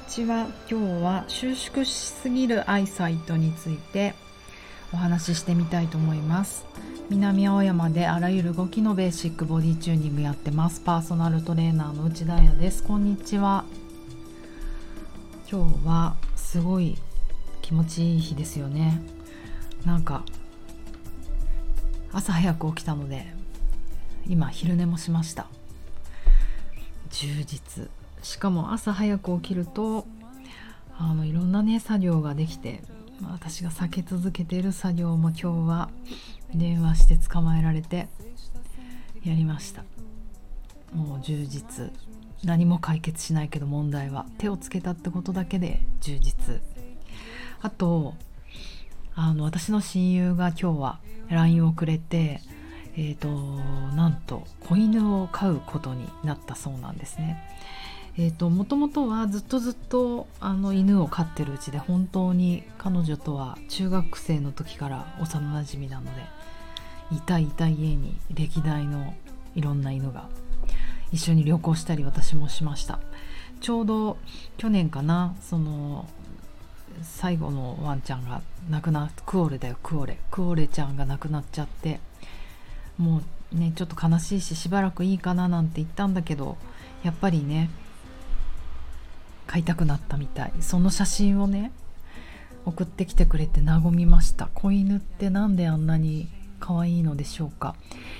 ちは。今日は収縮しすぎるアイサイトについてお話ししてみたいと思います。南青山であらゆる動きのベーシックボディチューニングやってます。パーソナルトレーナーの内田彩です。こんにちは。今日はすごい気持ちいい日ですよね。なんか朝早く起きたので今昼寝もしました。充実。しかも朝早く起きるといろんなね作業ができて、私が避け続けている作業も今日は電話して捕まえられてやりました。もう充実。何も解決しないけど問題は手をつけたってことだけで充実。あと私の親友が今日は LINE をくれてなんと子犬を飼うことになったそうなんですね。もともとはずっと犬を飼ってるうちで、本当に彼女とは中学生の時から幼なじみなので、いた家に歴代のいろんな犬が一緒に旅行したり私もしました。ちょうど去年かな、最後のワンちゃんが亡くなっクオレちゃんが亡くなっちゃって、もうねちょっと悲しいししばらくいいかななんて言ったんだけど、やっぱりね飼いたくなったみたい。その写真をね送ってきてくれて和みました。子犬ってなんであんなに可愛いのでしょうか。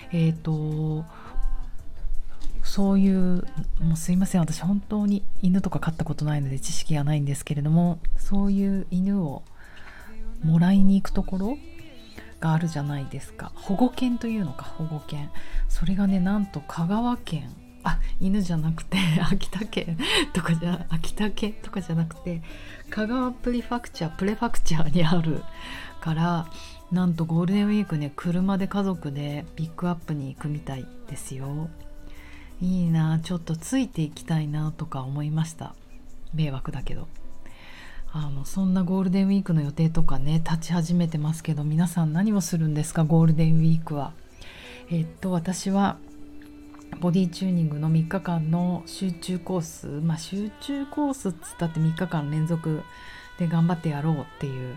そういう、もうすいません、私本当に犬とか飼ったことないので知識がないんですけれども、そういう犬をもらいに行くところがあるじゃないですか。保護犬というのか、保護犬。それがね、なんと香川県、犬じゃなくて秋田県とかじゃなくて、香川プレファクチャーにあるから、なんとゴールデンウィークね、車で家族でピックアップに行くみたいですよ。いいな、ちょっとついていきたいなとか思いました。迷惑だけど。そんなゴールデンウィークの予定とかね立ち始めてますけど、皆さん何をするんですか、ゴールデンウィークは。私はボディチューニングの3日間の集中コース、集中コースっつったって3日間連続で頑張ってやろうっていう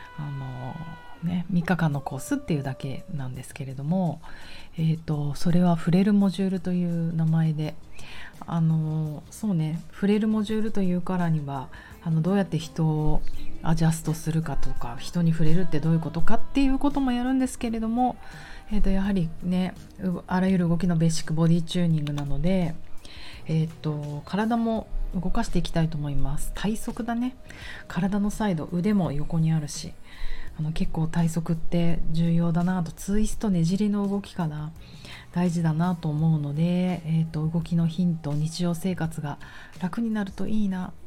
3日間のコースっていうだけなんですけれども、それはフレルモジュールという名前で、そうね、フレルモジュールというからにはどうやって人をアジャストするかとか、人に触れるってどういうことかっていうこともやるんですけれども、やはりねあらゆる動きのベーシックボディチューニングなので、体も動かしていきたいと思います。体側だね。体のサイド、腕も横にあるし、結構体側って重要だなと、ツイストねじりの動きかな、大事だなと思うので、動きのヒント、日常生活が楽になるといいな。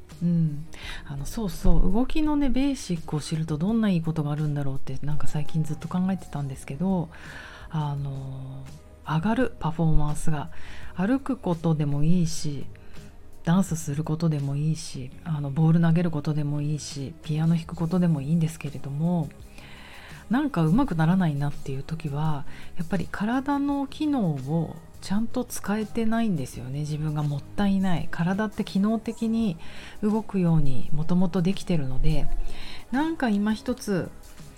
動きのねベーシックを知るとどんないいことがあるんだろうって、なんか最近ずっと考えてたんですけど、上がるパフォーマンスが、歩くことでもいいし、ダンスすることでもいいし、ボール投げることでもいいし、ピアノ弾くことでもいいんですけれども、なんか上手くならないなっていう時は、やっぱり体の機能をちゃんと使えてないんですよね。自分がもったいない。体って機能的に動くようにもともとできてるので、なんか今一つ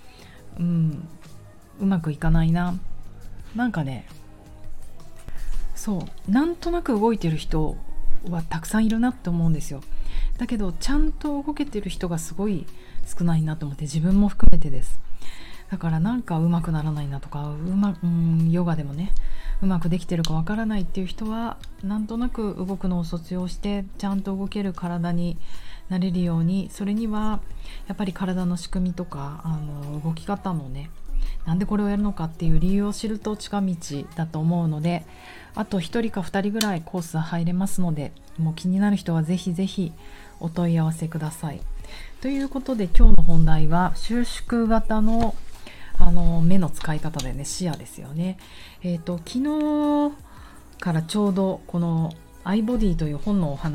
うまくいかないな。なんかね、なんとなく動いてる人はたくさんいるなって思うんですよ。だけどちゃんと動けてる人がすごい少ないなと思って、自分も含めてです。だからなんかうまくならないなとか、ヨガでもねうまくできてるかわからないっていう人は、なんとなく動くのを卒業してちゃんと動ける体になれるように、それにはやっぱり体の仕組みとか動き方のね、なんでこれをやるのかっていう理由を知ると近道だと思うので、あと1人か2人ぐらいコース入れますので、もう気になる人はぜひぜひお問い合わせください。ということで、今日の本題は収縮型の目の使い方でね、視野ですよね。昨日からちょうどこのアイボディという本を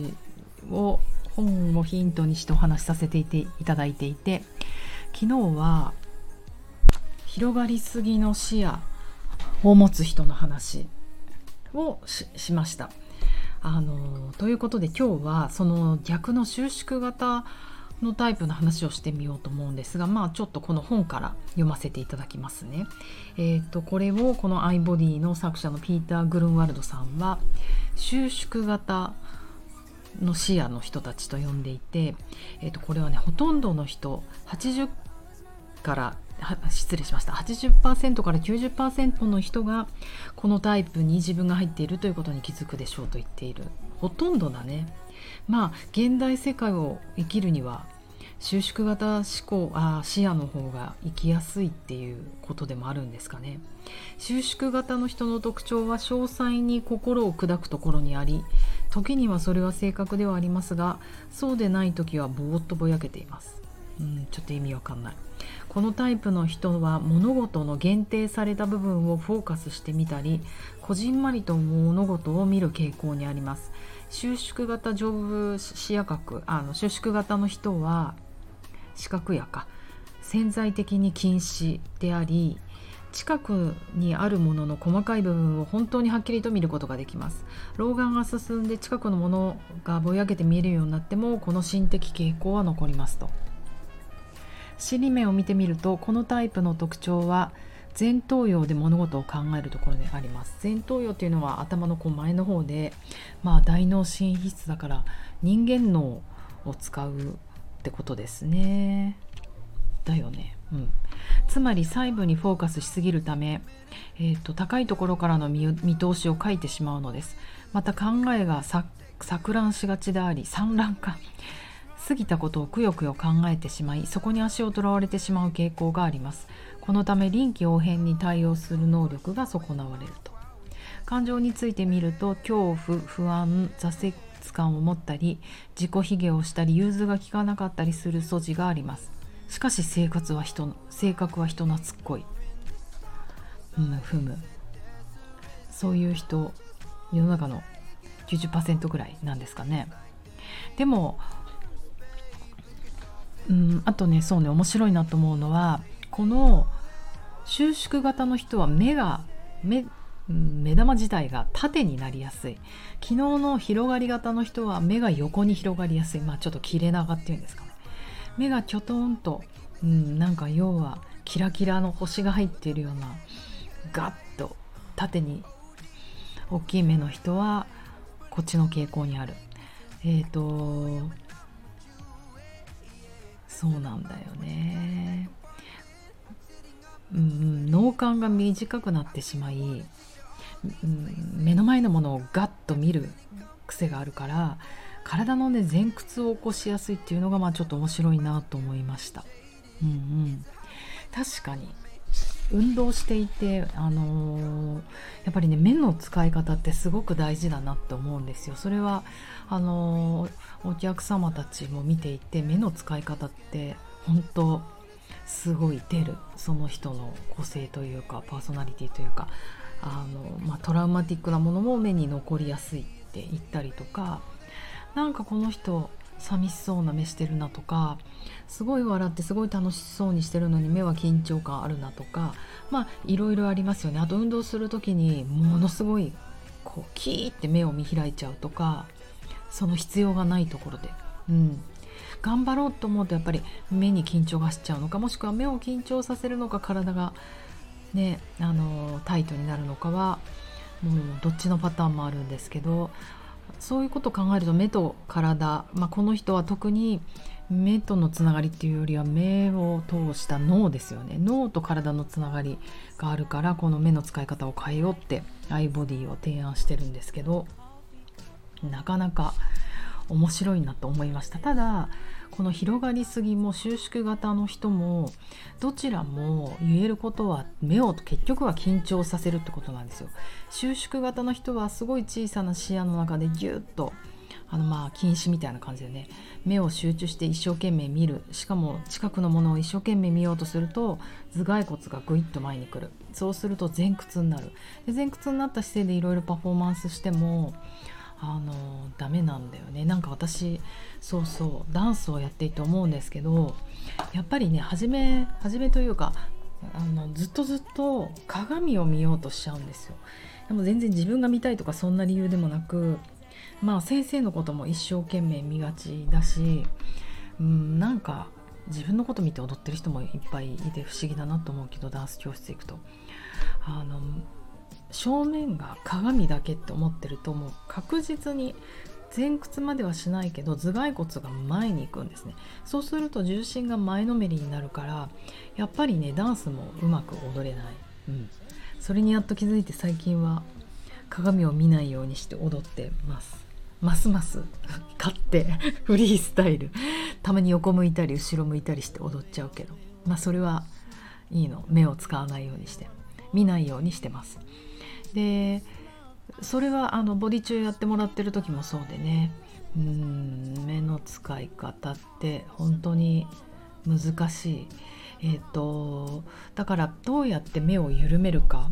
ヒントにしてお話しさせていただいていて、昨日は広がりすぎの視野を持つ人の話をしました。 ということで今日はその逆の収縮型のタイプの話をしてみようと思うんですが、ちょっとこの本から読ませていただきますね。これをこのアイボディの作者のピーター・グルンワルドさんは収縮型の視野の人たちと呼んでいて、これはねほとんどの人80%から80%から 90% の人がこのタイプに自分が入っているということに気づくでしょうと言っている。ほとんどだね。現代世界を生きるには収縮型視野の方が生きやすいっていうことでもあるんですかね。収縮型の人の特徴は詳細に心を砕くところにあり、時にはそれは正確ではありますが、そうでない時はぼーっとぼやけています。ちょっと意味わかんない。このタイプの人は物事の限定された部分をフォーカスしてみたり、こじんまりと物事を見る傾向にあります。収縮型上部視野角、収縮型の人は視覚野か潜在的に近視であり、近くにあるものの細かい部分を本当にはっきりと見ることができます。老眼が進んで近くのものがぼやけて見えるようになっても、この心的傾向は残りますと。尻目を見てみると、このタイプの特徴は前頭葉で物事を考えるところであります。前頭葉というのは頭の前の方で、大脳新皮質だから人間脳を使うってことですね。だよね。つまり細部にフォーカスしすぎるため、高いところからの見通しを書いてしまうのです。また考えが錯乱しがちであり、散乱か過ぎたことをくよくよ考えてしまい、そこに足をとらわれてしまう傾向があります。このため臨機応変に対応する能力が損なわれると。感情について見ると、恐怖、不安、挫折感を持ったり、自己卑下をしたり、融通が利かなかったりする素地があります。しかし性格は人懐っこい。そういう人、世の中の 90% ぐらいなんですかね。でもあとね、面白いなと思うのは、この収縮型の人は目玉自体が縦になりやすい。昨日の広がり型の人は目が横に広がりやすい。ちょっと切れ長っていうんですかね。目がキョトンと、要はキラキラの星が入っているようなガッと縦に大きい目の人はこっちの傾向にある。そうなんだよね。脳幹が短くなってしまい、目の前のものをガッと見る癖があるから、体の前屈を起こしやすいっていうのがちょっと面白いなと思いました。確かに運動していて、やっぱりね、目の使い方ってすごく大事だなと思うんですよ。それはお客様たちも見ていて、目の使い方って本当すごい出る。その人の個性というかパーソナリティというか、トラウマティックなものも目に残りやすいって言ったりとか、この人寂しそうな目してるなとか、すごい笑ってすごい楽しそうにしてるのに目は緊張感あるなとか、いろいろありますよね。あと運動する時にものすごいキーって目を見開いちゃうとか、その必要がないところで、頑張ろうと思うとやっぱり目に緊張がしちゃうのか、もしくは目を緊張させるのか、体がねタイトになるのかはもうどっちのパターンもあるんですけど、そういうことを考えると目と体、この人は特に目とのつながりっていうよりは目を通した脳ですよね。脳と体のつながりがあるから、この目の使い方を変えようってアイボディを提案してるんですけど、なかなか面白いなと思いました。ただこの広がりすぎも収縮型の人もどちらも言えることは、目を結局は緊張させるってことなんですよ。収縮型の人はすごい小さな視野の中でギュッと近視みたいな感じでね、目を集中して一生懸命見る。しかも近くのものを一生懸命見ようとすると頭蓋骨がグイッと前に来る。そうすると前屈になる。で前屈になった姿勢でいろいろパフォーマンスしてもダメなんだよね。私ダンスをやっていて思うんですけど、やっぱりね、初めというかずっと鏡を見ようとしちゃうんですよ。でも全然自分が見たいとかそんな理由でもなく、 先生のことも一生懸命見がちだし、なんか自分のこと見て踊ってる人もいっぱいいて不思議だなと思うけど、ダンス教室行くと正面が鏡だけって思ってると、もう確実に前屈まではしないけど頭蓋骨が前に行くんですね。そうすると重心が前のめりになるから、やっぱりねダンスもうまく踊れない、それにやっと気づいて、最近は鏡を見ないようにして踊ってます。ますます勝ってフリースタイル、たまに横向いたり後ろ向いたりして踊っちゃうけど、それはいいの。目を使わないようにして、見ないようにしてます。でそれはボディ中やってもらってる時もそうでね、目の使い方って本当に難しい。だからどうやって目を緩めるか、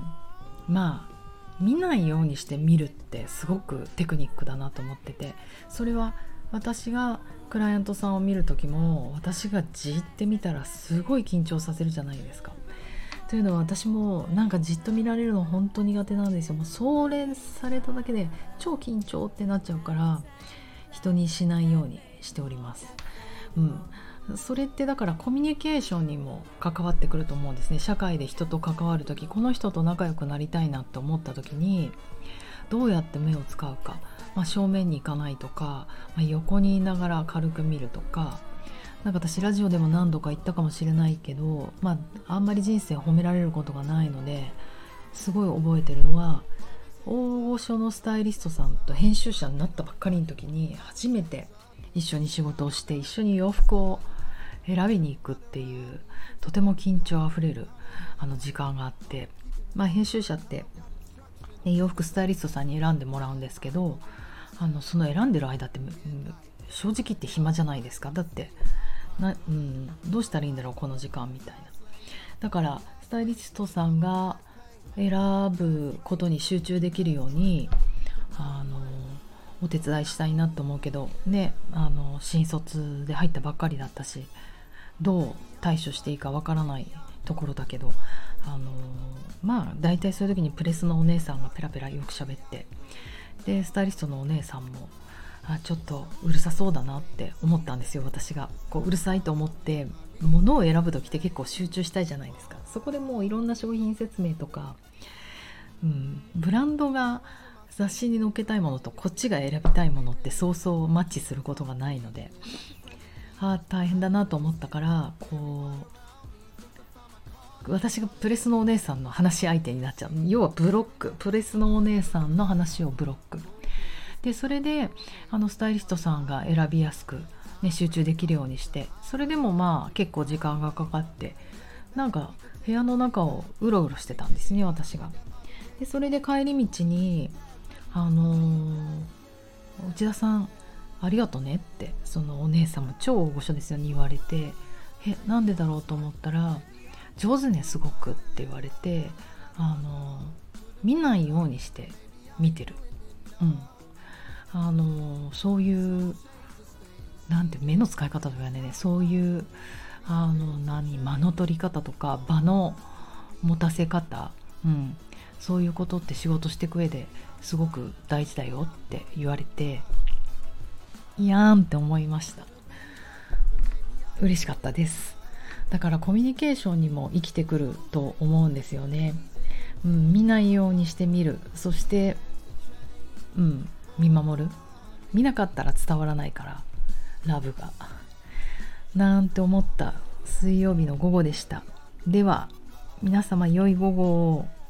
見ないようにして見るってすごくテクニックだなと思ってて、それは私がクライアントさんを見る時も、私がじって見たらすごい緊張させるじゃないですか。というのは私もなんかじっと見られるの本当苦手なんですよ。もうそれされただけで超緊張ってなっちゃうから、人にしないようにしております。それってだからコミュニケーションにも関わってくると思うんですね。社会で人と関わるとき、この人と仲良くなりたいなって思ったときにどうやって目を使うか、正面に行かないとか、横にいながら軽く見るとか、なんか私ラジオでも何度か言ったかもしれないけど、あんまり人生褒められることがないのですごい覚えてるのは、大御所のスタイリストさんと編集者になったばっかりの時に初めて一緒に仕事をして一緒に洋服を選びに行くっていう、とても緊張あふれる時間があって、編集者って、洋服スタイリストさんに選んでもらうんですけど、その選んでる間って正直言って暇じゃないですか。だってどうしたらいいんだろうこの時間みたいな。だからスタイリストさんが選ぶことに集中できるようにお手伝いしたいなと思うけどね、新卒で入ったばっかりだったし、どう対処していいかわからないところだけど、だいたいそういう時にプレスのお姉さんがペラペラよく喋って、でスタイリストのお姉さんもちょっとうるさそうだなって思ったんですよ。私がうるさいと思って物を選ぶ時って結構集中したいじゃないですか。そこでもういろんな商品説明とか、ブランドが雑誌に載っけたいものとこっちが選びたいものってそうそうマッチすることがないので、大変だなと思ったから、私がプレスのお姉さんの話し相手になっちゃう。要はブロック、プレスのお姉さんの話をブロックで、それでスタイリストさんが選びやすく、集中できるようにして、それでも結構時間がかかって、なんか部屋の中をうろうろしてたんですね、私が。でそれで帰り道に内田さんありがとねって、そのお姉さんも超大御所ですよに言われて、なんでだろうと思ったら、上手ねすごくって言われて、見ないようにして見てる。そういうなんて目の使い方とかね、そういう間の取り方とか場の持たせ方、そういうことって仕事していく上ですごく大事だよって言われて、いやーんって思いました。嬉しかったです。だからコミュニケーションにも生きてくると思うんですよね。見ないようにして見る、そして見守る。見なかったら伝わらないから、ラブがなんて思った水曜日の午後でした。では皆様良い午後を。